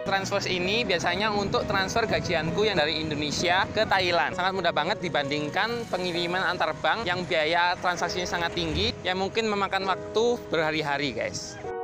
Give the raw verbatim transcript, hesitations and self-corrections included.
Transfers ini biasanya untuk transfer gajianku yang dari Indonesia ke Thailand. Sangat mudah banget dibandingkan pengiriman antar bank yang biaya transaksinya sangat tinggi, yang mungkin memakan waktu berhari-hari, guys.